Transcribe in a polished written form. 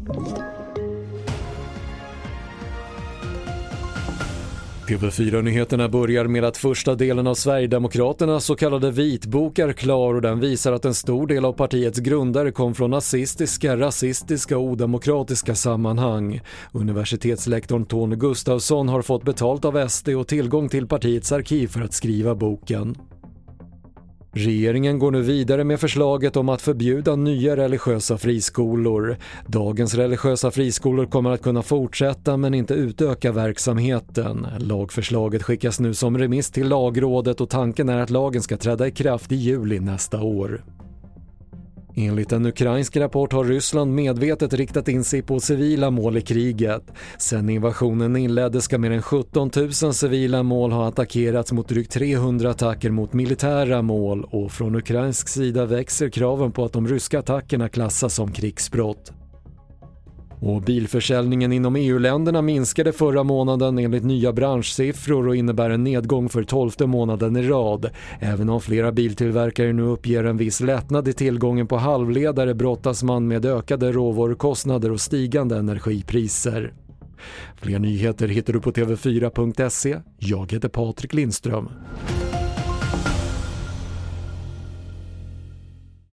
TV4-nyheterna börjar med att första delen av Sverigedemokraternas så kallade vitbok är klar och den visar att en stor del av partiets grundare kom från nazistiska, rasistiska och odemokratiska sammanhang. Universitetslektorn Tony Gustafsson har fått betalt av SD och tillgång till partiets arkiv för att skriva boken. Regeringen går nu vidare med förslaget om att förbjuda nya religiösa friskolor. Dagens religiösa friskolor kommer att kunna fortsätta men inte utöka verksamheten. Lagförslaget skickas nu som remiss till lagrådet och tanken är att lagen ska träda i kraft i juli nästa år. Enligt en ukrainsk rapport har Ryssland medvetet riktat in sig på civila mål i kriget. Sedan invasionen inleddes ska mer än 17 000 civila mål ha attackerats mot drygt 300 attacker mot militära mål och från ukrainsk sida växer kraven på att de ryska attackerna klassas som krigsbrott. Och bilförsäljningen inom EU-länderna minskade förra månaden enligt nya branschsiffror och innebär en nedgång för 12:e månaden i rad. Även om flera biltillverkare nu uppger en viss lättnad i tillgången på halvledare brottas man med ökade råvarukostnader och stigande energipriser. Fler nyheter hittar du på tv4.se. Jag heter Patrik Lindström.